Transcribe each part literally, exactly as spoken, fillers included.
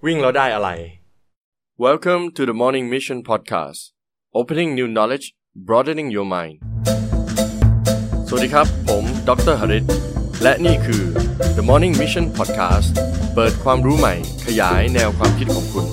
วิ่งแล้วได้อะไร Welcome to the Morning Mission Podcast Opening New Knowledge Broadening Your Mind สวัสดีครับผมดร.หฤทธิ์และนี่คือ The Morning Mission Podcast เปิดความรู้ใหม่ขยายแนวความคิดของคุณ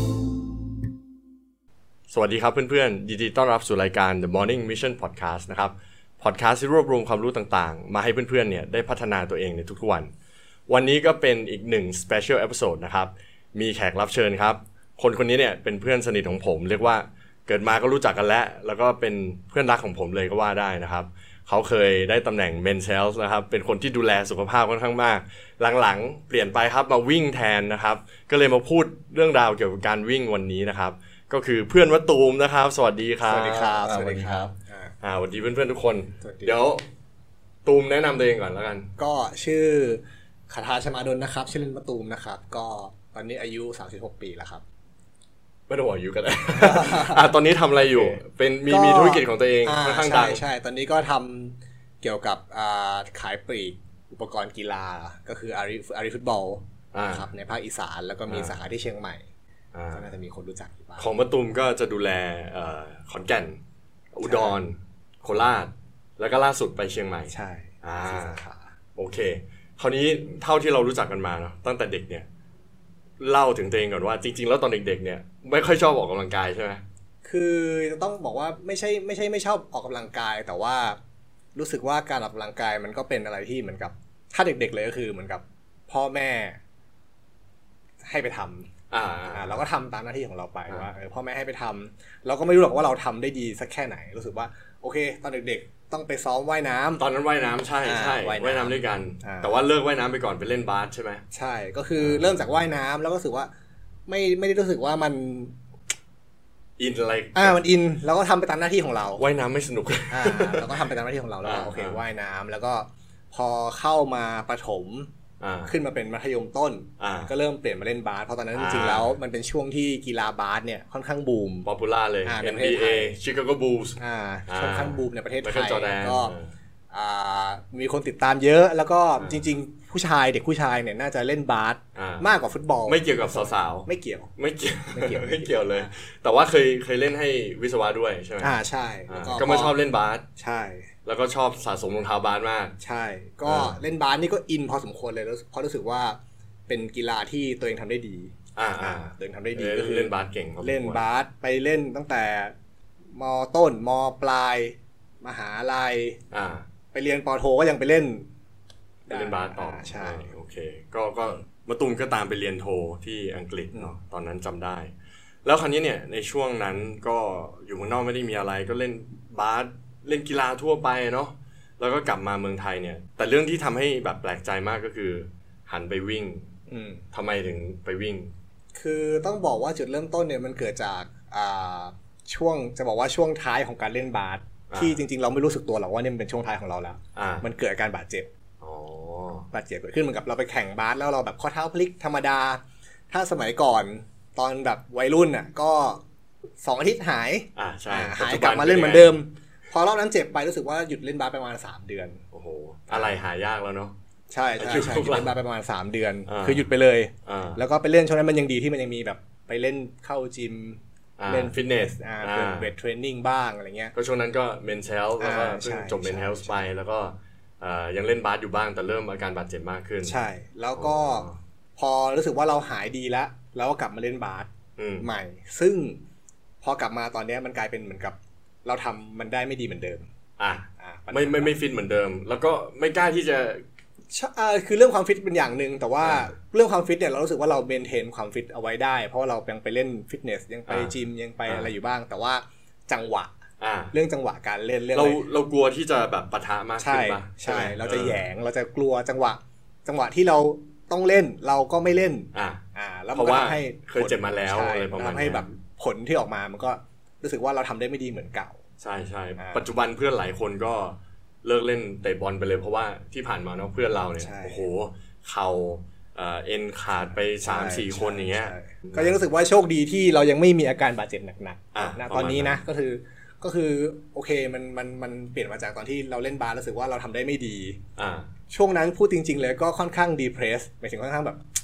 สวัสดีครับเพื่อนๆยินดีต้อนรับสู่รายการ The Morning Mission Podcast นะครับ Podcast ที่รวบรวมความรู้ต่างๆมาให้เพื่อนๆเนี่ยได้พัฒนาตัวเองในทุกๆวันวันนี้ก็เป็นอีกหนึ่ง Special Episode นะครับมีแขกรับเชิญครับคนคนนี้เนี่ยเป็นเพื่อนสนิทของผมเรียกว่าเกิดมาก็รู้จักกันแล้วแล้วก็เป็นเพื่อนรักของผมเลยก็ว่าได้นะครับเขาเคยได้ตำแหน่ง Men's Health นะครับเป็นคนที่ดูแลสุขภาพค่อนข้างมากหลังๆเปลี่ยนไปครับมาวิ่งแทนนะครับก็เลยมาพูดเรื่องราวเกี่ยวกับการวิ่งวันนี้นะครับก็คือเพื่อนมะตูมนะครับสวัสดีครับสวัสดีครับสวัสดีครับอ่าสวัสดีเพื่อนๆทุกคนเดี๋ยวตูมแนะนำตัวเองก่อนแล้วกันก็ชื่อคทาชมาดลนะครับชื่อเล่นมะตูมนะครับก็ตอนนี้อายุสามสิบหกปีแล้วครับไม่ต้องบอกอายุกันเลย อ่ะตอนนี้ทำอะไรอยู่เป็นมีมีธุรกิจของตัวเองค่อนข้างดังใช่ใช่ตอนนี้ก็ทำเกี่ยวกับอ่าขายปลีกอุปกรณ์กีฬาก็คืออาริอาริฟุตบอลครับในภาคอีสานแล้วก็มีสาขาที่เชียงใหม่ก็น่าจะมีคนรู้จักอยู่บ้างของมะตูมก็จะดูแลขอนแก่นอุดรโคราชแล้วก็ล่าสุดไปเชียงใหม่ใช่อ่าโอเคคราวนี้เท่าที่เรารู้จักกันมาเนาะตั้งแต่เด็กเนี่ยเล่าถึงตัวเองก่อนว่าจริงๆแล้วตอนเด็กๆเนี่ยไม่ค่อยชอบออกกำลังกายใช่ไหมคือต้องบอกว่าไม่ใช่ไม่ใช่ไม่ชอบออกกำลังกายแต่ว่ารู้สึกว่าการออกกำลังกายมันก็เป็นอะไรที่เหมือนกับถ้าเด็กๆเลยก็คือเหมือนกับพ่อแม่ให้ไปทำอ่าเราก็ทำตามหน้าที่ของเราไปว่าเออพ่อแม่ให้ไปทำเราก็ไม่รู้หรอกว่าเราทำได้ดีสักแค่ไหนรู้สึกว่าโอเคตอนเด็กๆต้องไปซ้อมว่ายน้ำตอนนั้นว่ายน้ำใช่ใช่ว่ายน้ำด้วยกันแต่ว่าเลิกว่ายน้ำไปก่อนไปเล่นบาสใช่ไหมใช่ก็คือเริ่มจากว่ายน้ำแล้วก็รู้สึกว่าไม่ไม่ได้รู้สึกว่ามันอินอะไรอ่ามันอินแล้วก็ทำไปตามหน้าที่ของเราว่ายน้ำไม่สนุกอ่าเราก็ทำไปตามหน้าที่ของเราแล้วโอเคว่ายน้ำแล้วก็พอเข้ามาประถมขึ้นมาเป็นมัธยมต้นก็เริ่มเปลี่ยนมาเล่นบาสเพราะตอนนั้นจริงๆแล้วมันเป็นช่วงที่กีฬาบาสเนี่ยค่อนข้างบูมป๊อปปูล่าเลย เอ็น บี เอ Chicago Bulls อ่าค่อนข้างบูมในประเทศไทยก็มีคนติดตามเยอะแล้วก็จริงๆผู้ชายเด็กผู้ชายเนี่ยน่าจะเล่นบาสมากกว่าฟุตบอลไม่เกี่ยวกับสาวๆไม่เกี่ยวไม่เกี่ยวไม่เกี่ยวไม่เกี่ยวเลยแต่ว่าเคยเคยเล่นให้วิศวะด้วยใช่ไหมอ่าใช่ก็ไม่ชอบเล่นบาสใช่แล้วก็ชอบสะสมรองเท้าบาสมากใช่ก็เล่นบาสนี่ก็อินพอสมควรเลยเพราะรู้สึกว่าเป็นกีฬาที่ตัวเองทำได้ดีอ่าอ่าตัวเองทำได้ดีก็คือเล่นบาสเก่งเล่นบาสไปเล่นตั้งแต่ม.ต้นม.ปลายมหาลัยอ่าไปเรียนป.โทก็ยังไปเล่นไปเล่นบาสต่อใช่โอเคก็ก็มะตูมก็ตามไปเรียนโทที่อังกฤษเนาะตอนนั้นจำได้แล้วคราวนี้เนี่ยในช่วงนั้นก็อยู่เมืองนอกไม่ได้มีอะไรก็เล่นบาสเล่นกีฬาทั่วไปเนาะแล้วก็กลับมาเมืองไทยเนี่ยแต่เรื่องที่ทำให้แบบแปลกใจมากก็คือหันไปวิ่งทำไมถึงไปวิ่งคือต้องบอกว่าจุดเริ่มต้นเนี่ยมันเกิดจากช่วงจะบอกว่าช่วงท้ายของการเล่นบาสที่จริงๆเราไม่รู้สึกตัวหรอกว่าเนี่ยเป็นช่วงท้ายของเราแล้วมันเกิดอาการบาดเจ็บบาดเจ็บเกิดขึ้นเหมือนกับเราไปแข่งบาสแล้วเราแบบข้อเท้าพลิกธรรมดาถ้าสมัยก่อนตอนแบบวัยรุ่นน่ะก็สองอาทิตย์หายอ่าใช่หายกลับมาเล่นเหมือนเดิมพอรอบนั้นเจ็บไปรู้สึกว่าหยุดเล่นบาสไปประมาณสามเดือนโอ้โหอะไรหายากแล้วเนาะใช่ใช่ใช่หยุดเล่นบาสไปประมาณสามเดือนคือหยุดไปเลยแล้วก็ไปเล่นช่วงนั้นมันยังดีที่มันยังมีแบบไปเล่นเข้าจิมเล่นฟิตเนสอ่าเป็นเวทเทรนนิ่งบ้างอะไรเงี้ยก็ช่วงนั้นก็ Men's Health แล้วก็เพิ่งจบ Men's Health ไปแล้วก็ยังเล่นบาสอยู่บ้างแต่เริ่มอาการบาดเจ็บมากขึ้นใช่แล้วก็พอรู้สึกว่าเราหายดีแล้วเราก็กลับมาเล่นบาสใหม่ซึ่งพอกลับมาตอนนี้มันกลายเป็นเหมือนกับเราทำมันได้ไม่ดีเหมือนเดิมอ่ะไม่ไม่ไม่ฟิตเหมือนเดิมแล้วก็ไม่กล้าที่จะคือเรื่องความฟิตเป็นอย่างนึงแต่ว่าเรื่องความฟิตเนี่ยเรารู้สึกว่าเราเมนเทนความฟิตเอาไว้ได้เพราะว่าเรายังไปเล่นฟิตเนสยังไปจิมยังไปอะไรอยู่บ้างแต่ว่าจังหวะเรื่องจังหวะการเล่นเรื่องเราเรากลัวที่จะแบบปะทะมากขึ้นป่ะใช่เราจะแหยงเราจะกลัวจังหวะจังหวะที่เราต้องเล่นเราก็ไม่เล่นอ่าอ่าแล้วมันก็ทำให้เคยเจ็บมาแล้วอะไรประมาณนั้นทำให้แบบผลที่ออกมามันก็รู้สึกว่าเราทำได้ไม่ดีเหมือนเก่าใช่ใช่ปัจจุบันเพื่อนหลายคนก็เลิกเล่นเตะบอลไปเลยเพราะว่าที่ผ่านมาเนาะเพื่อนเราเนี่ยโอ้โหเข่าเอ็นขาดไป สามสี่ คนอย่างเงี้ยก็ยังรู้สึกว่าโชคดีที่เรายังไม่มีอาการบาดเจ็บหนักๆณตอนนี้นะก็คือก็คือโอเคมันมันมันเปลี่ยนมาจากตอนที่เราเล่นบาสรู้สึกว่าเราทำได้ไม่ดีช่วงนั้นพูดจริงๆเลยก็ค่อนข้างดีเพรสหมายถึงค่อนข้างแบบ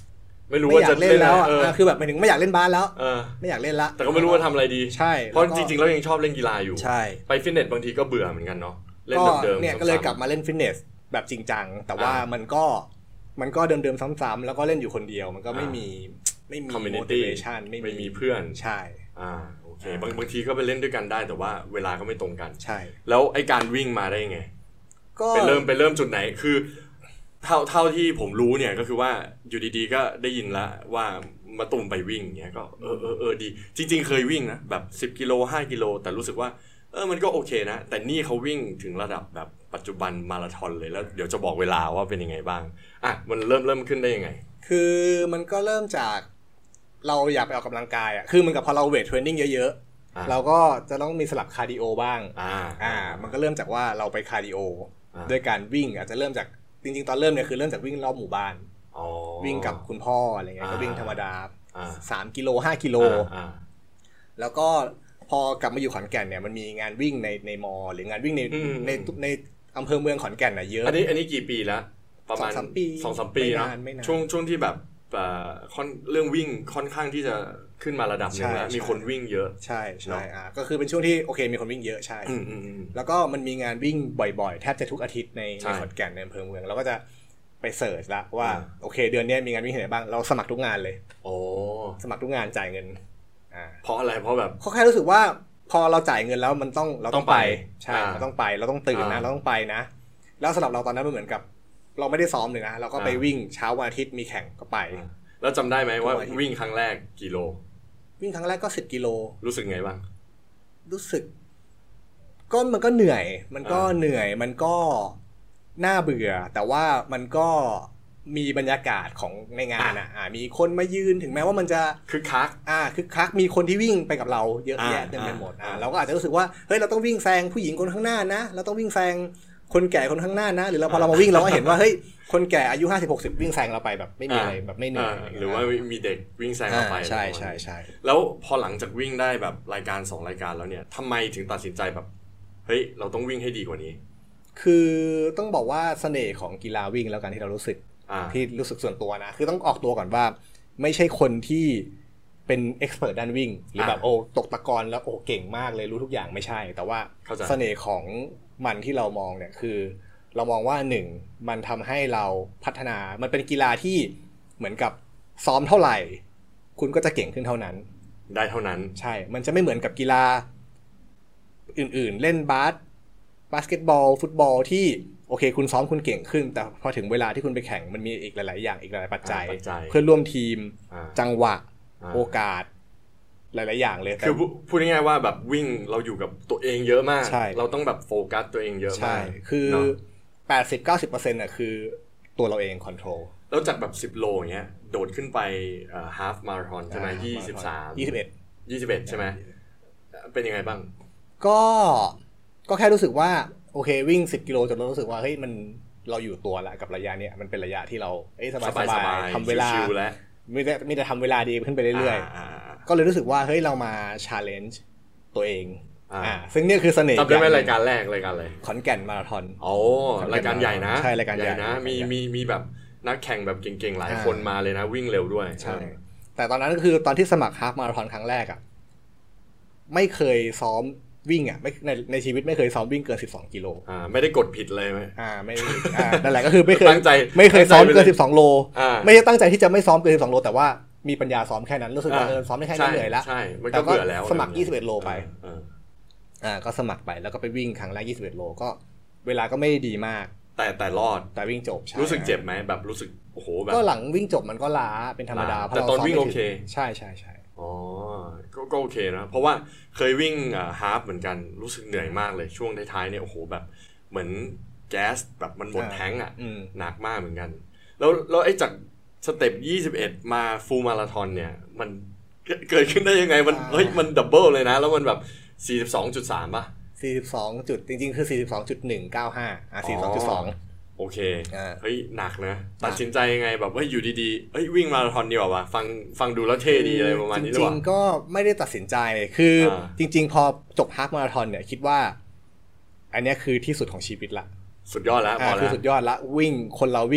ไม่รู้ว่าจะเล่นแล้วอ่ะคือแบบหมายถึงไม่อยากเล่นบาสแล้วไม่อยากเล่นละแต่ก็ไม่รู้ว่าทำอะไรดีใช่เพราะจริงๆแล้วยังชอบเล่นกีฬาอยู่ใช่ไปฟิตเนสบางทีก็เบื่อเหมือนกันเนาะเล่นเดิมๆเนี่ยก็เลยกลับมาเล่นฟิตเนสแบบจริงจังแต่ว่ามันก็มันก็เดิมๆซ้ำๆแล้วก็เล่นอยู่คนเดียวมันก็ไม่มีไม่มี motivation ไม่มีเพื่อนใช่อ่าโอเคบางบางทีก็ไปเล่นด้วยกันได้แต่ว่าเวลาก็ไม่ตรงกันใช่แล้วไอ้การวิ่งมาได้ไงก็ไปเริ่มไปเริ่มจุดไหนคือเท่าเท่าที่ผมรู้เนี่ยก็คือว่าอยู่ดีๆก็ได้ยินแล้วว่ามาตุ่มไปวิ่งเงี้ยก็เออเออเออดีจริงๆเคยวิ่งนะแบบสิบกิโลห้ากิโลแต่รู้สึกว่าเออมันก็โอเคนะแต่นี่เขาวิ่งถึงระดับแบบปัจจุบันมาราธอนเลยแล้วเดี๋ยวจะบอกเวลาว่าเป็นยังไงบ้างอ่ะมันเริ่มเริ่มขึ้นได้ยังไงคือมันก็เริ่มจากเราอยากไปออกกำลังกายอ่ะคือมันกับพอเราเวทเทรนนิ่งเยอะๆเราก็จะต้องมีสลับคาร์ดิโอบ้างอ่าอ่ามันก็เริ่มจากว่าเราไปคาร์ดิโอด้วยการวิ่งอาจจะเริ่มจากจริงๆตอนเริ่มเนี่ยคือเริ่มจากวิ่งรอบหมู่บ้านวิ่งกับคุณพ่ออะไรเงี้ยก็วิ่งธรรมดาสามกิโลห้ากิโลแล้วก็พอกลับมาอยู่ขอนแก่นเนี่ยมันมีงานวิ่งในในมอหรืองานวิ่งในในในอำเภอเมืองขอนแก่นน่ะเยอะอันนี้อันนี้กี่ปีแล้วประมาณสองสาม ปีสองสาม ปีเนาะช่วงช่วงที่แบบเรื่องวิ่งค่อนข้างที่จะขึ้นมาระดับนึงแล้วมีคนวิ่งเยอะใช่ใช่อ่าก็คือเป็นช่วงที่โอเคมีคนวิ่งเยอะใช่แล้วก็มันมีงานวิ่งบ่อยๆแทบจะทุกอาทิตย์ในขอนแก่นในอำเภอเมืองเราก็จะไปเสิร์ชละว่าโอเคเดือนนี้มีงานวิ่งที่ไหนบ้างเราสมัครทุกงานเลยโอ้สมัครทุกงานจ่ายเงินอ่าเพราะอะไรเพราะแบบเขาแค่รู้สึกว่าพอเราจ่ายเงินแล้วมันต้องเราต้องไปใช่เราต้องไปเราต้องตื่นนะเราต้องไปนะแล้วสำหรับเราตอนนั้นมันเหมือนกับเราไม่ได้ซ้อมเลยนะเราก็ไปวิ่งเช้าวันอาทิตย์มีแข่งก็ไปแล้วจำได้ไหมว่าวิ่งครั้งแรกกิโลวิ่งครั้งแรกก็สิบกิโลรู้สึกไงบ้างรู้สึกก็มันก็เหนื่อยมันก็เหนื่อยมันก็น่าเบื่อแต่ว่ามันก็มีบรรยากาศของในงานอ่ะมีคนมายืนถึงแม้ว่ามันจะคึกคักอ่าคึกคักมีคนที่วิ่งไปกับเราเยอะแยะเต็มไปหมดอ่าเราก็อาจจะรู้สึกว่าเฮ้ยเราต้องวิ่งแซงผู้หญิงคนข้างหน้านะเราต้องวิ่งแซงคนแก่คนข้างหน้านะหรือเราพอเรามาวิ่งเราก็เห็นว่าเฮ้ยคนแก่อายุห้าสิบ หกสิบวิ่งแซงเราไปแบบไม่มีอะไรแบบไม่เหนื่อยหรือว่ามีเด็กวิ่งแซงเราไปใช่ใช่ใช่แล้วพอหลังจากวิ่งได้แบบรายการสองรายการแล้วเนี่ยทำไมถึงตัดสินใจแบบเฮ้ยเราต้องวิ่งให้ดีกว่านี้คือต้องบอกว่าเสน่ห์ของกีฬาวิ่งแล้วกันที่เรารู้สึกที่รู้สึกส่วนตัวนะคือต้องออกตัวก่อนว่าไม่ใช่คนที่เป็นเอ็กซ์เพิร์ทด้านวิ่งหรือแบบโอ้ตกตะกอนแล้วโอ้เก่งมากเลยรู้ทุกอย่างไม่ใช่แต่ว่าเสน่ห์ของมันที่เรามองเนี่ยคือเรามองว่าหนึ่งมันทำให้เราพัฒนามันเป็นกีฬาที่เหมือนกับซ้อมเท่าไหร่คุณก็จะเก่งขึ้นเท่านั้นได้เท่านั้นใช่มันจะไม่เหมือนกับกีฬาอื่นๆเล่นบาสบาสเกตบอลฟุตบอลที่โอเคคุณซ้อมคุณเก่งขึ้นแต่พอถึงเวลาที่คุณไปแข่งมันมีอีกหลายๆอย่างอีกหลายๆปัจจัยเพื่อนร่วมทีมจังหวะโอกาสหลายๆอย่างเลยคือพูดง่ายๆว่าแบบวิ่งเราอยู่กับตัวเองเยอะมากเราต้องแบบโฟกัสตัวเองเยอะมากคือ แปดสิบถึงเก้าสิบเปอร์เซ็นต์ น่ะคือตัวเราเองคอนโทรลแล้วจากแบบสิบโลอย่างเงี้ยโดดขึ้นไปเอ่อฮาล์ฟมาราธอนใช่มั้ยยี่สิบสามยี่สิบเอ็ดยี่สิบเอ็ดใช่มั้ยเป็นยังไงบ้างก็ก็แค่รู้สึกว่าโอเควิ่งสิบกิโลจนเรารู้สึกว่าเฮ้ยมันเราอยู่ตัวละกับระยะเนี้ยมันเป็นระยะที่เราเอ้ยสบายๆทำเวลามีแต่มีแต่ทำเวลาดีขึ้นไปเรื่อยๆก็เลยรู้สึกว่าเฮ้ยเรามา challenge ตัวเองอ่าซึ่งนี่คือเสน่ห์จำได้ไหมรายการแรกรายการอะไรขอนแก่นมาราธอนโอ้รายการใหญ่นะใช่รายการใหญ่นะมีมีมีแบบนักแข่งแบบเก่งๆหลายคนมาเลยนะวิ่งเร็วด้วยใช่แต่ตอนนั้นก็คือตอนที่สมัครฮาล์ฟมาราธอนครั้งแรกอ่ะไม่เคยซ้อมวิ่งอ่ะไม่ในในชีวิตไม่เคยซ้อมวิ่งเกินสิบสองกิโลอ่าไม่ได้กดผิดเลยมั้ยอ่าไม่อ่านั่นแหละก็คือไม่เคยตั้งใจไม่เคยซ้อมเกินสิบสองโลไม่ได้ตั้งใจที่จะไม่ซ้อมเกินสิบสองโลแต่ว่ามีปัญญาซ้อมแค่นั้นรู้สึกว่าเออซ้อมได้แค่นี้เหนื่อยแล้วใช่มันก็เบื่อแล้วสมัครยี่สิบเอ็ดโลไปอ่าก็สมัครไปแล้วก็ไปวิ่งครั้งแรกยี่สิบเอ็ดโลก็เวลาก็ไม่ดีมากแต่แต่รอดแต่วิ่งจบรู้สึกเจ็บไหมแบบรู้สึกโอ้โหแบบก็หลังวิ่งจบมันก็ล้าเป็นธรรมดาแต่ตอนวิ่งโอเคใช่ใช่ใช่อ๋อก็ก็โอเคนะเพราะว่าเคยวิ่งอ่าฮาล์ฟเหมือนกันรู้สึกเหนื่อยมากเลยช่วงท้ายๆเนี่ยโอ้โหแบบเหมือนแก๊สแบบมันหมดแท้งอ่ะหนักมากเหมือนกันแล้วแล้วไอ้จากสเต็ปยี่สิบเอ็ดมาฟูลมาราธอนเนี่ยมันเกิดขึ้นได้ยังไงมันเฮ้ยมันดับเบิลเลยนะแล้วมันแบบ สี่สิบสองจุดสาม ป่ะสี่สิบสองจุดจริงๆคือ สี่สิบสองจุดหนึ่งเก้าห้า อ่ะ สี่สิบสองจุดสองโอเคเฮ้ยหนักนะตัดสินใจยังไงแบบว่าอยู่ดีๆเฮ้ยวิ่งมาราธอนดีกว่าวะฟังฟังดูแล้วเท่ดีอะไรประมาณนี้หรือเปล่าจริงๆก็ไม่ได้ตัดสินใจคือจริงๆพอจบฮาล์ฟมาราธอนเนี่ยคิดว่าอันนี้คือที่สุดของชีวิตละสุดยอดแล้วพอแล้วคือสุดยอดละวิ่งคนเราวิ่ง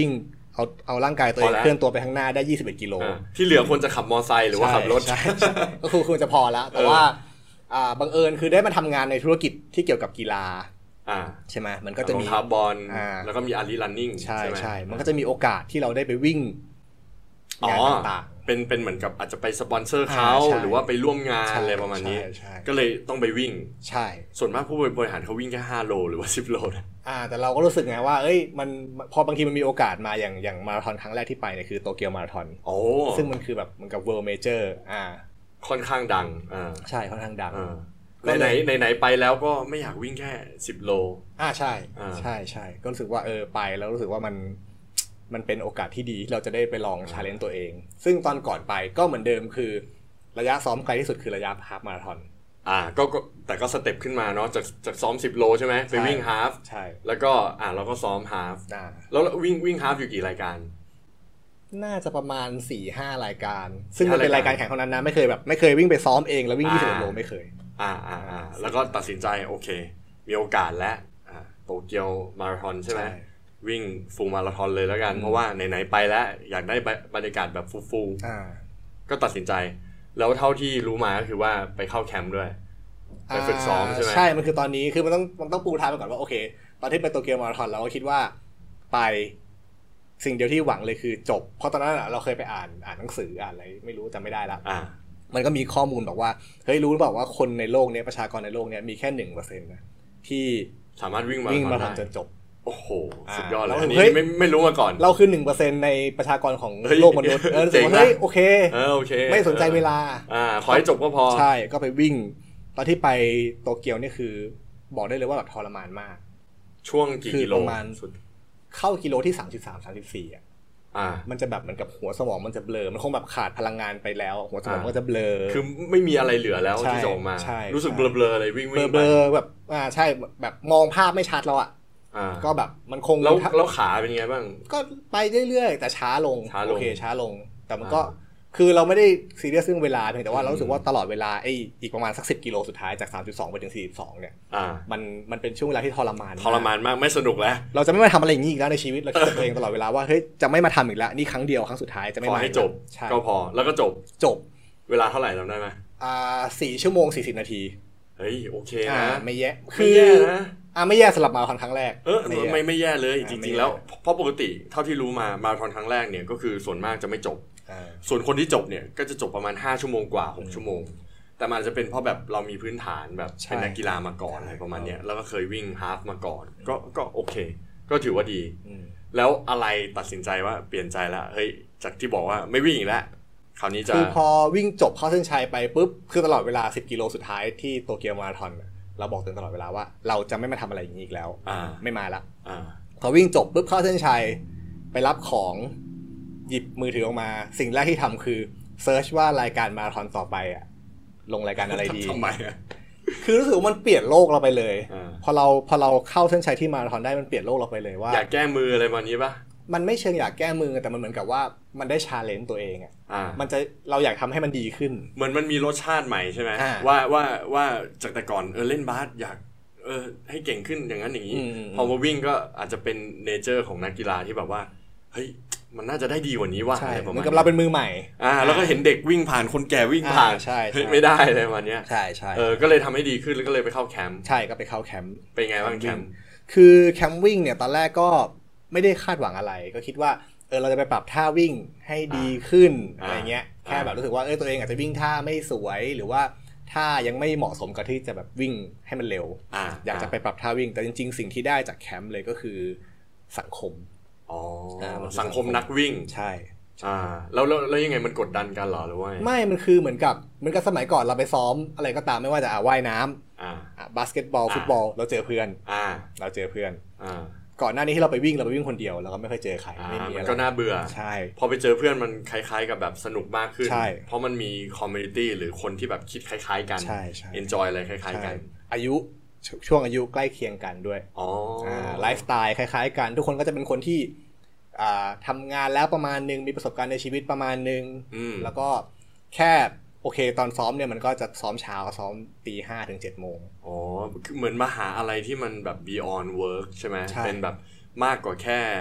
เอาเอาร่างกายตัวเองเคลื่อนตัวไปข้างหน้าได้ยี่สิบเอ็ดกิโลที่เหลือควรจะขับมอไซค์หรือว่าขับรถก็คือควรจะพอแล้วแต่ว่าอ่าบังเอิญคือได้มาทำงานในธุรกิจที่เกี่ยวกับกีฬาใช่ไหมมันก็จะมีรองเท้าบอลแล้วก็มีอารีรันนิ่งใช่ใช่มันก็จะมีโอกาสที่เราได้ไปวิ่งงานต่างๆเป็นเป็นเหมือนกับอาจจะไปสปอนเซอร์เขาหรือว่าไปร่วมงานอะไรประมาณนี้ก็เลยต้องไปวิ่งใช่ส่วนมากผู้บริหารเขาวิ่งแค่ห้าโลหรือว่าสิบโลอ่าแต่เราก็รู้สึกไงว่าเอ้ยมันพอบางทีมันมีโอกาสมาอย่างอย่างมาราธอนครั้งแรกที่ไปเนี่ยคือโตเกียวมาราธอนโอ้ซึ่งมันคือแบบเหมือนกับ World Major อ่าค่อนข้างดังอ่าใช่ค่อนข้างดังไหนไหนไหนไหนไปแล้วก็ไม่อยากวิ่งแค่สิบโลอ่าใช่ใช่ใช่ก็รู้สึกว่าเออไปแล้วรู้สึกว่ามันมันเป็นโอกาสที่ดีที่เราจะได้ไปลองชาเลนจ์ตัวเองซึ่งตอนก่อนไปก็เหมือนเดิมคือระยะซ้อมไกลที่สุดคือระยะฮาล์ฟมาราธอนอ่าก็แต่ก็สเต็ปขึ้นมาเนาะจากจากซ้อมสิบโลใช่ไหมไปวิ่งฮาล์ฟใช่แล้วก็อ่าเราก็ซ้อมฮาล์ฟแล้ววิ่งวิ่งฮาล์ฟอยู่กี่รายการน่าจะประมาณ สี่ห้า รายการซึ่งมันเป็นรายการแข่งเท่านั้นนะไม่เคยแบบไม่เคยวิ่งไปซ้อมเองแล้ววิ่งยี่สิบเอ็ดโลไม่เคยอ่าอ่าอ่าแล้วก็ตัดสินใจโอเคมีโอกาสแล้วอ่าโตเกียวมาราธอนใช่ไหมวิ่งฟูลมาราธอนเลยแล้วกันเพราะว่าไหนๆไปแล้วอยากได้บรรยากาศแบบฟูลๆก็ตัดสินใจแล้วเท่าที่รู้มาก็คือว่าไปเข้าแคมป์ด้วยไปฝึกซ้อมใช่ไหมใช่มันคือตอนนี้คือมันต้องมันต้องปูทางไปก่อนว่าโอเคตอนที่ไปโตเกียวมาราธอนเราก็คิดว่าไปสิ่งเดียวที่หวังเลยคือจบเพราะตอนนั้นเราเคยไปอ่านอ่านหนังสืออ่านอะไรไม่รู้จำไม่ได้ละมันก็มีข้อมูลบอกว่าเฮ้ยรู้หรือเปล่าว่าคนในโลกนี้ประชากรในโลกนี้มีแค่หนึ่งเปอร์เซ็นต์นะที่สามารถวิ่งมาราธอนจนจบโอ้โหสุดยอดเลยอันนี้ไม่ไม่รู้มาก่อนเราคือ หนึ่งเปอร์เซ็นต์ ในประชากรของโลกมนุษย์เออรู้สึกว่าเฮ้ยโอเคเออโอเคไม่สนใจเวลาอ่าขอให้จบก็พอใช่ก็ไปวิ่งตอนที่ไปโตเกียวนี่คือบอกได้เลยว่าแบบทรมานมากช่วงกี่กิโลประมาณเข้ากิโลที่สามสิบสาม สามสิบสี่อ่ะอ่ามันจะแบบเหมือนกับหัวสมองมันจะเบลอมันคงแบบขาดพลังงานไปแล้วหัวสมองก็จะเบลอคือไม่มีอะไรเหลือแล้วที่จะออกมารู้สึกเบลอๆเลยวิ่งวิ่งเบลอแบบอ่าใช่แบบมองภาพไม่ชัดแล้วอ่ะก็แบบมันคงแล้วแล้วขาเป็นไงบ้างก็ไปเรื่อยๆแต่ช้าลงโอเคช้าลงแต่มันก็คือเราไม่ได้ซีเรียสเรื่องเวลาเพียงแต่ว่าเรารู้สึกว่าตลอดเวลาไอ้อีกประมาณสักสิบกิโลสุดท้ายจากสามจุดสองไปถึงสี่สิบสองเนี่ยมันมันเป็นช่วงเวลาที่ทรมานทรมานมากไม่สนุกแล้วเราจะไม่มาทำอะไรอย่างนี้อีกแล้วในชีวิตเราคิดกับตัวเองตลอดเวลาว่าเฮ้ยจะไม่มาทำอีกแล้วนี่ครั้งเดียวครั้งสุดท้ายจะไม่มาให้จบก็พอแล้วก็จบจบเวลาเท่าไหร่จำได้ไหมอ่าสี่ชั่วโมงสี่สิบนาทีเฮ้ยโอเคนะไม่แย่คืออ่าไม่แย่สำหรับมาราธอนครั้งแรกเออไม่ไม่แย่เลยจริงๆแล้วเพราะปกติเท่าที่รู้มามาราธอนครั้งแรกเนี่ยก็คือส่วนมากจะไม่จบส่วนคนที่จบเนี่ยก็จะจบประมาณห้าชั่วโมงกว่าหกชั่วโมงแต่มันจะเป็นเพราะแบบเรามีพื้นฐานแบบเป็นนักกีฬามาก่อนอะไรประมาณเนี้ยแล้วก็เคยวิ่งฮาล์ฟมาก่อนก็ก็โอเคก็ถือว่าดีแล้วอะไรตัดสินใจว่าเปลี่ยนใจแล้วเฮ้ยจากที่บอกว่าไม่วิ่งอีกแล้วคราวนี้จะคือพอวิ่งจบเข้าเส้นชัยไปปุ๊บคือตลอดเวลาสิบกิโลสุดท้ายที่โตเกียวมาราธอนเราบอกตัวตลอดเวลาว่าเราจะไม่มาทำอะไรอย่างนี้อีกแล้วไม่มาละพอวิ่งจบปุ๊บเข้าเส้นชัยไปรับของหยิบมือถือออกมาสิ่งแรกที่ทำคือเซิร์ชว่ารายการมาราธอนต่อไปอ่ะลงรายการอะไรดีทำไมอ่ะคือรู้สึกว่ามันเปลี่ยนโลกเราไปเลยพอเราพอเราเข้าเส้นชัยที่มาราธอนได้มันเปลี่ยนโลกเราไปเลยว่าอยากแก้มืออะไรแบบนี้ป่ะมันไม่เชิงอยากแก้มือแต่มันเหมือนกับว่ามันได้ชาเลนจ์ตัวเองอ่ะมันจะเราอยากทำให้มันดีขึ้นเหมือนมันมีรสชาติใหม่ใช่ไหมว่าว่าว่าจากแต่ก่อนเออเล่นบาสอยากเออให้เก่งขึ้นอย่างนั้นอย่างนี้พอมาวิ่งก็อาจจะเป็นเนเจอร์ของนักกีฬาที่แบบว่าเฮ้ยมันน่าจะได้ดีกว่านี้ว่ะอะไรประมาณเหมือนกับเราเป็นมือใหม่อ่าแล้วก็เห็นเด็กวิ่งผ่านคนแก่วิ่งผ่านใช่ไม่ได้อะไรประมาณนี้ใช่ใช่เออก็เลยทำให้ดีขึ้นแล้วก็เลยไปเข้าแคมป์ใช่ก็ไปเข้าแคมป์เป็นไงบ้างแคมป์คือแคมป์วิ่งเนี่ยตอนแรกก็ไม่ได้คาดหวังอะไรก็คิดว่าเออเราจะไปปรับท่าวิ่งให้ดีขึ้นอะไรเงี้ยแค่แบบรู้สึกว่าเออตัวเองอาจจะวิ่งท่าไม่สวยหรือว่าท่ายังไม่เหมาะสมกับที่จะแบบวิ่งให้มันเร็วอยากจะไปปรับท่าวิ่งแต่จริงๆสิ่งที่ได้จากแคมป์เลยก็คือสังคมอ๋อสังคมนักวิ่งใช่อ่าแล้วแล้วแล้วยังไงมันกดดันกันหรอหรือว่าไม่มันคือเหมือนกับเหมือนกับสมัยก่อนเราไปซ้อมอะไรก็ตามไม่ว่าจะอ่าว่ายน้ำอ่าบาสเกตบอลฟุตบอลเราเจอเพื่อนอ่าเราเจอเพื่อนอ่าก่อนหน้านี้ที่เราไปวิ่งเราไปวิ่งคนเดียวเราก็ไม่เคยเจอใครไม่มีอะไรมันก็น่าเบื่อใช่พอไปเจอเพื่อนมันคล้ายๆกับแบบสนุกมากขึ้นเพราะมันมีคอมมูนิตี้หรือคนที่แบบคิดคล้ายๆกัน enjoy อะไรคล้ายๆกันอายุช่วงอายุใกล้เคียงกันด้วยอ๋อไลฟ์สไตล์คล้ายๆกันทุกคนก็จะเป็นคนที่ทำงานแล้วประมาณนึงมีประสบการณ์ในชีวิตประมาณนึงแล้วก็แค่โอเคตอนซ้อมเนี่ยมันก็จะซ้อมเช้าซ้อมตีห้าถึงเจ็ดโมงอ๋อเหมือนมาหาอะไรที่มันแบบ beyond work ใช่ไหมเป็นแบบมากกว่าแค่ไป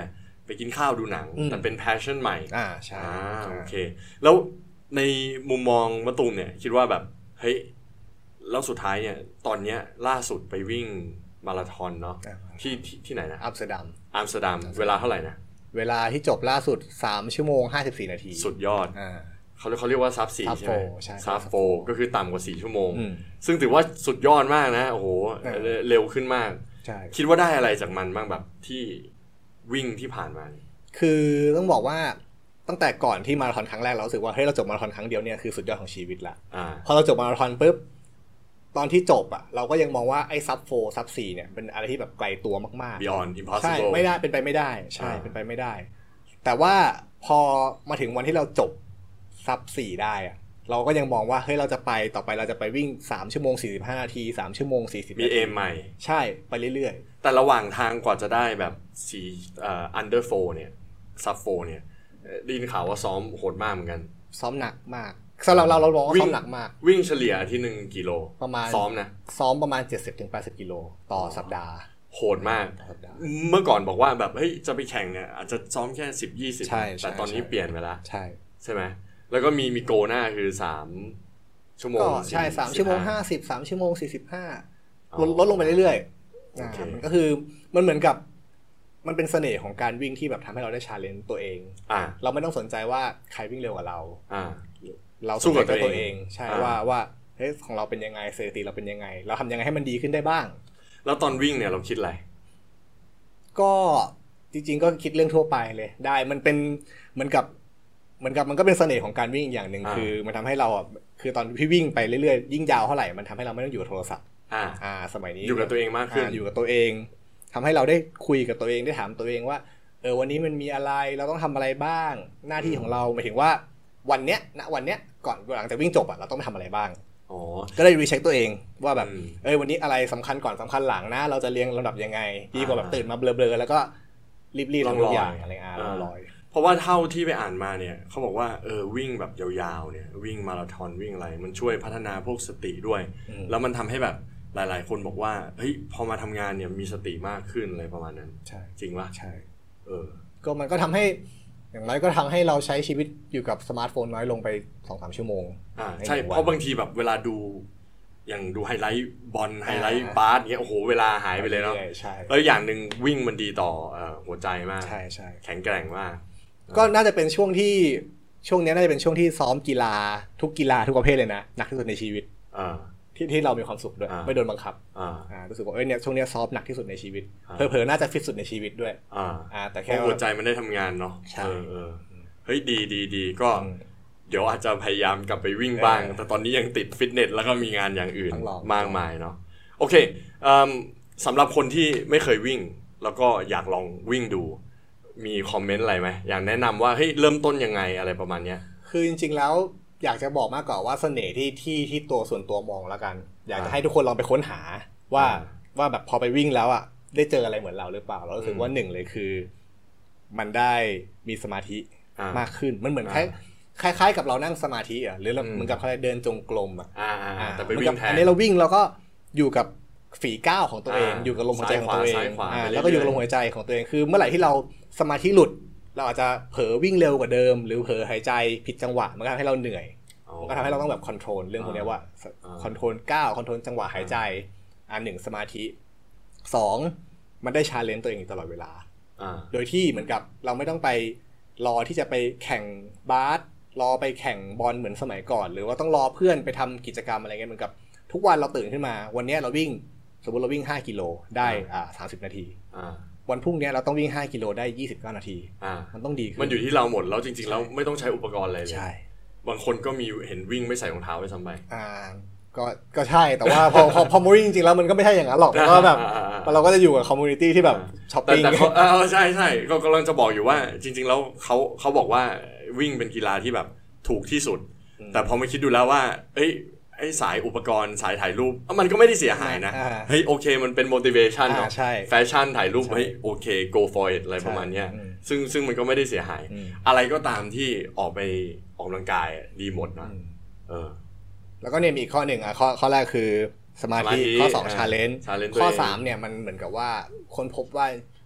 ไปกินข้าวดูหนังแต่เป็น passion ใหม่อ่าใช่อ่าโอเคแล้วในมุมมองมะตูมเนี่ยคิดว่าแบบเฮ้ยแล้วสุดท้ายเนี่ยตอนเนี้ยล่าสุดไปวิ่งมาราธอนเนาะที่ที่ไหนนะอัมสเตอร์ดัมอัมสเตอร์ดัมเวลาเท่าไหร่นะเวลาที่จบล่าสุดสามชั่วโมงห้าสิบสี่นาทีสุดยอดอ่าเขาเขาเรียกว่าซับสี่ใช่ไหมซับโฟก็คือต่ำกว่าสี่ชั่วโมงซึ่งถือว่าสุดยอดมากนะโอ้โหเร็วขึ้นมากคิดว่าได้อะไรจากมันบ้างแบบที่วิ่งที่ผ่านมาคือต้องบอกว่าตั้งแต่ก่อนที่มาราธอนครั้งแรกเรารู้สึกว่าเฮ้ยเราจบมาราธอนครั้งเดียวเนี่ยคือสุดยอดของชีวิตละพอเราจบมาราธอนปุ๊บตอนที่จบอ่ะเราก็ยังมองว่าไอ้ซับโฟซับสี่เนี่ยเป็นอะไรที่แบบไกลตัวมากๆ beyond impossible ใช่ไม่ได้เป็นไปไม่ได้ใช่เป็นไปไม่ได้แต่ว่าพอมาถึงวันที่เราจบซับสี่ได้อ่ะเราก็ยังมองว่าเฮ้ยเราจะไปต่อไปเราจะไปวิ่งสามชั่วโมงสี่สิบห้านาทีสามชั่วโมงสี่สิบนาทีมีเอมใหม่ใช่ไปเรื่อยๆแต่ระหว่างทางกว่าจะได้แบบสี่เอ่อ under four เนี่ยซับโฟเนี่ยได้ยินข่าวว่าซ้อมโหดมากเหมือนกันซ้อมหนักมากสำหรับเราเราบอกว่าซ้อมหนักมากวิ่งเฉลี่ยที่หนึ่งกิโลประมาณซ้อมนะซ้อมประมาณ เจ็ดสิบถึงแปดสิบ กิโลต่อสัปดาห์โหดมากเมื่อก่อนบอกว่าแบบเฮ้ยจะไปแข่งเนี่ยอาจจะซ้อมแค่สิบ ยี่สิบแต่ตอนนี้เปลี่ยนไปแล้วใช่ใช่ไหมแล้วก็มีมีโกหน้าคือสามชั่วโมงก็ใช่สามชั่วโมงห้าสิบ สามชั่วโมงสี่สิบห้าลดลดลงไปเรื่อยๆมันก็คือมันเหมือนกับมันเป็นเสน่ห์ของการวิ่งที่แบบทำให้เราได้ชาเลนจ์ตัวเองเราไม่ต้องสนใจว่าใครวิ่งเร็วกว่าเราเราสู้กับตัวเองใช่ว่าว่าเฮ้ยของเราเป็นยังไงสถิติเราเป็นยังไงเราทำยังไงให้มันดีขึ้นได้บ้างแล้วตอนวิ่งเนี่ยเราคิดอะไรก็จริงๆก็คิดเรื่องทั่วไปเลยได้มันเป็นเหมือนกับเหมือนกับมันก็เป็นเสน่ห์ของการวิ่งอย่างหนึ่งคือมันทำให้เราอ่ะคือตอนพี่วิ่งไปเรื่อยๆยิ่งยาวเท่าไหร่มันทำให้เราไม่ต้องอยู่กับโทรศัพท์อ่าอ่าสมัยนี้อยู่กับตัวเองมากขึ้นอยู่กับตัวเองทำให้เราได้คุยกับตัวเองได้ถามตัวเองว่าเออวันนี้มันมีอะไรเราต้องทำอะไรบ้างหน้าที่ของเราหมายถึงว่าวันเนี้ยณวันเนี้ยก่อนหลังจากวิ่งจบอ่ะเราต้องไปทำอะไรบ้างอ๋อก็ได้รีเช็คตัวเองว่าแบบเออวันนี้อะไรสำคัญก่อนสำคัญหลังนะเราจะเรียงลำดับยังไงดีกว่าแบบตื่นมาเบลอๆแล้วก็รีบๆทำทุกอย่างอะไรอ่ะลอยเพราะว่าเท่าที่ไปอ่านมาเนี่ยเขาบอกว่าเออวิ่งแบบยาวๆเนี่ยวิ่งมาราธอนวิ่งอะไรมันช่วยพัฒนาพวกสติด้วยแล้วมันทำให้แบบหลายๆคนบอกว่าเฮ้ยพอมาทำงานเนี่ยมีสติมากขึ้นอะไรประมาณนั้นใช่จริงป่ะใช่เออก็มันก็ทำให้อย่างน้อยก็ทำให้เราใช้ชีวิตอยู่กับสมาร์ทโฟนน้อยลงไป สองถึงสาม ชั่วโมงอ่าใช่เพราะบางทีแบบเวลาดูอย่างดูไฮไลท์บอลไฮไลท์บาสเงี้ยโอ้โหเวลาหายไปเลยเนาะแล้วอย่างนึงวิ่งมันดีต่อหัวใจมากใช่ใช่แข็งแกร่งมากก็น่าจะเป็นช่วงที่ช่วงนี้น่าจะเป็นช่วงที่ซ้อมกีฬาทุกกีฬาทุกประเภทเลยนะหนักที่สุดในชีวิตที่ที่เรามีความสุขด้วยไม่โดนบังคับอ่ารู้สึกว่าเอ้ยเนี่ยช่วงนี้ซ้อมหนักที่สุดในชีวิตเผลอๆน่าจะฟิตสุดในชีวิตด้วยอ่าแต่แค่หัวใจมันได้ทำงานเนาะใช่เออเฮ้ยดีดีดีก็เดี๋ยวอาจจะพยายามกลับไปวิ่งบ้างแต่ตอนนี้ยังติดฟิตเนสแล้วก็มีงานอย่างอื่นมากมายเนาะโอเคสำหรับคนที่ไม่เคยวิ่งแล้วก็อยากลองวิ่งดูมีคอมเมนต์อะไรไหมอยากแนะนำว่าเฮ้ยเริ่มต้นยังไงอะไรประมาณเนี้ยคือจริงๆแล้วอยากจะบอกมากกว่าว่าเสน่ห์ที่ที่ที่ตัวส่วนตัวมองแล้วกันอยากจะให้ทุกคนลองไปค้นหาว่าว่าแบบพอไปวิ่งแล้วอ่ะได้เจออะไรเหมือนเราหรือเปล่าเรารู้สึกว่าหนึ่งเลยคือมันได้มีสมาธิมากขึ้นมันเหมือนคล้ายคล้ายๆกับเรานั่งสมาธิอ่ะหรือเหมือนกับเดินจงกรมอ่ะแต่ไปวิ่งแทนอันนี้เราวิ่งเราก็อยู่กับฝีก้าวของตัวเองอยู่กับลมหายใจของตัวเองแล้วก็อยู่กับลมหายใจของตัวเองคือเมื่อไหร่ที่เราสมาธิหลุดเราอาจจะเผลอวิ่งเร็วกว่าเดิมหรือเผลอหายใจผิดจังหวะมันก็ทำให้เราเหนื่อยมันก็ทำให้เราต้องแบบคอนโทรลเรื่องพวกนี้ว่าคอนโทรลก้าวคอนโทรลจังหวะหายใจอันหนึ่งสมาธิสองมันได้ชาเลนจ์ตัวเองตลอดเวลาโดยที่เหมือนกับเราไม่ต้องไปรอที่จะไปแข่งบาสรอไปแข่งบอลเหมือนสมัยก่อนหรือว่าต้องรอเพื่อนไปทำกิจกรรมอะไรเงี้ยเหมือนกับทุกวันเราตื่นขึ้นมาวันนี้เราวิ่งสมมติเราวิ่งห้ากิโลได้อ่าสามสิบนาทีวันพรุ่งนี้เราต้องวิ่งห้ากิโลได้ยี่สิบเก้านาทีมันต้องดีขึ้นมันอยู่ที่เราหมดแล้วจริงๆแล้วไม่ต้องใช้อุปกรณ์อะไรเลยใช่บางคนก็มีเห็นวิ่งไม่ใส่รองเท้าไปซ้ำไปอ่าก็ก็ใช่แต่ว่าพอพอพอวิ่งจริงๆแล้วมันก็ไม่ใช่อย่างนั้นหรอกเพราะว่าแบบเราก็จะอยู่กับคอมมูนิตี้ที่แบบช้อปปิ้งแต่เขาเออใช่ใช่ก็กำลังจะบอกอยู่ว่าจริงๆแล้วเขาเขาบอกว่าวิ่งเป็นกีฬาที่แบบถูกที่สุดแต่พอมาคิดดูแล้วว่าเอ้ยไอ้สายอุปกรณ์สายถ่ายรูปมันก็ไม่ได้เสียหายนะเฮ้ยโอเคมันเป็น motivation เนาะแฟชั่นถ่ายรูปเฮ้ยโอเค go for it อะไรประมาณเนี้ยซึ่งซึ่งมันก็ไม่ได้เสียหายอะไรก็ตามที่ออกไปออกกำลังกายดีหมดนะเออแล้วก็เนี่ยมีอีกข้อหนึ่งอ่ะข้อข้อแรกคือสมาธิข้อสอง challenge ข้อสามเนี่ยมันเหมือนกับว่าค้นพบว่าต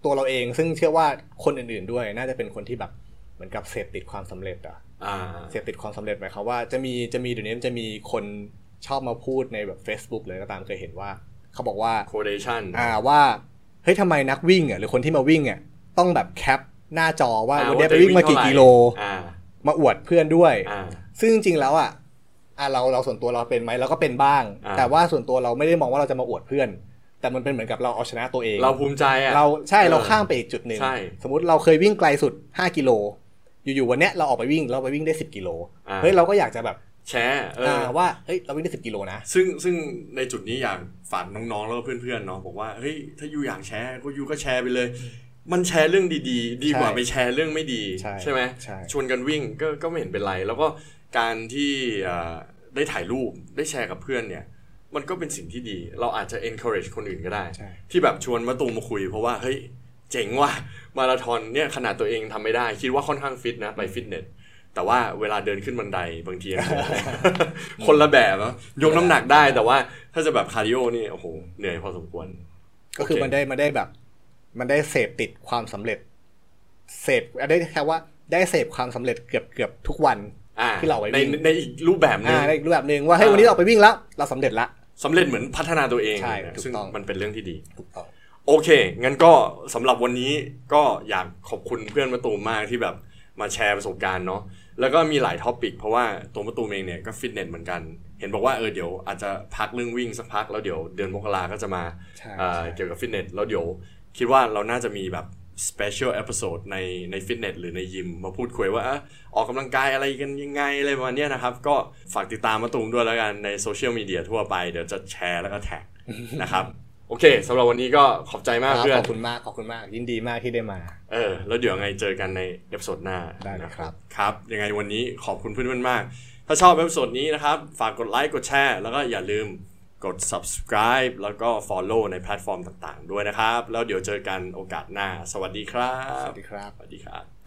ตัวเราเองซึ่งเชื่อว่าคนอื่นๆด้วยน่าจะเป็นคนที่แบบเหมือนกับเสพติดความสำเร็จอ่ะเสพติดความสำเร็จหมายความว่าจะมีจะมีเดี๋ยวนี้จะมีคนชอบมาพูดในแบบ Facebook เลยก็ตามเคยเห็นว่าเขาบอกว่า quotation อ่าว่าเฮ้ยทำไมนักวิ่งอ่ะหรือคนที่มาวิ่งอ่ะต้องแบบแคปหน้าจอว่าวันนี้ไปวิ่งมากี่กิโลมาอวดเพื่อนด้วยซึ่งจริงๆแล้วอ่ะอ่าเราเราส่วนตัวเราเป็นไหมเราก็เป็นบ้างแต่ว่าส่วนตัวเราไม่ได้มองว่าเราจะมาอวดเพื่อนแต่มันเป็นเหมือนกับเราเอาชนะตัวเองเราภูมิใจอ่ะเราใช่เราข้ามไปอีกจุดนึงสมมุติเราเคยวิ่งไกลสุดห้ากิโลอยู่ๆวันเนี้ยเราออกไปวิ่งเราไปวิ่งได้สิบกิโลเฮ้ยเราก็อยากจะแบบแชร์เออว่าเฮ้ยเราวิ่งได้สิบกิโลนะซึ่งซึ่งในจุดนี้อยากฝากน้องๆแล้วก็เพื่อนๆเนาะบอกว่าเฮ้ยถ้ายูอยากแชร์ก็ยูก็แชร์ไปเลยมันแชร์เรื่องดีๆดีกว่าไปแชร์เรื่องไม่ดีใช่ไหมชวนกันวิ่งก็ก็ไม่เห็นเป็นไรแล้วก็การที่ได้ถ่ายรูปได้แชร์กับเพื่อนเนี่ยมันก็เป็นสิ่งที่ดีเราอาจจะ encourage คนอื่นก็ได้ที่แบบชวนมาตูมมาคุยเพราะว่าเฮ้ยเจ๋งว่ะมาราธอนเนี่ยขนาดตัวเองทำไม่ได้คิดว่าค่อนข้างฟิตนะไปฟิตเนสแต่ว่าเวลาเดินขึ้นบันไดบางที คนละแบบนะยกน้ำหนักได้แต่ว่าถ้าจะแบบคาร์ดิโอนี่โอ้โหเหนื่อยพอสมควรก็คือมันได้มันได้แบบมันได้เสพติดความสำเร็จเสพได้แค่ว่าได้เสพความสำเร็จเกือบเกือบทุกวันที่เราไปวิ่งในอีกรูปแบบนึงในอีกรูปแบบนึงว่าเฮ้ยวันนี้เราไปวิ่งแล้วเราสำเร็จละสำเร็จเหมือนพัฒนาตัวเองใช่ซึ่งมันเป็นเรื่องที่ดีถูกต้องโอเคงั้นก็สำหรับวันนี้ก็อยากขอบคุณเพื่อนมะตูมมากที่แบบมาแชร์ประสบการณ์เนาะแล้วก็มีหลายท็อปิกเพราะว่าตัวมะตูมเองเนี่ยก็ฟิตเนสเหมือนกันเห็นบอกว่าเออเดี๋ยวอาจจะพักเรื่องวิ่งสักพักแล้วเดี๋ยวเดือนมกราก็จะมาเกี่ยวกับฟิตเนสแล้วเดี๋ยวคิดว่าเราน่าจะมีแบบ special episode ในในฟิตเนสหรือในยิมมาพูดคุยว่าออกกำลังกายอะไรกันยังไงอะไรประมาณนี้นะครับก็ฝากติดตามมะตูมด้วยแล้วกันในโซเชียลมีเดียทั่วไปเดี๋ยวจะแชร์แล้วก็แท็กนะครับโอเคสำหรับวันนี้ก็ขอบใจมากเพื่อนขอบคุณมากขอบคุณมากยินดีมากที่ได้มาเออแล้วเดี๋ยวไงเจอกันในเอพิโซดหน้าได้นะครับครับยังไงวันนี้ขอบคุณเพื่อนๆมากถ้าชอบเอพิโซดนี้นะครับฝากกดไลค์กดแชร์แล้วก็อย่าลืมกด subscribe แล้วก็ follow ในแพลตฟอร์มต่างๆด้วยนะครับแล้วเดี๋ยวเจอกันโอกาสหน้าสวัสดีครับสวัสดีครับสวัสดีครับ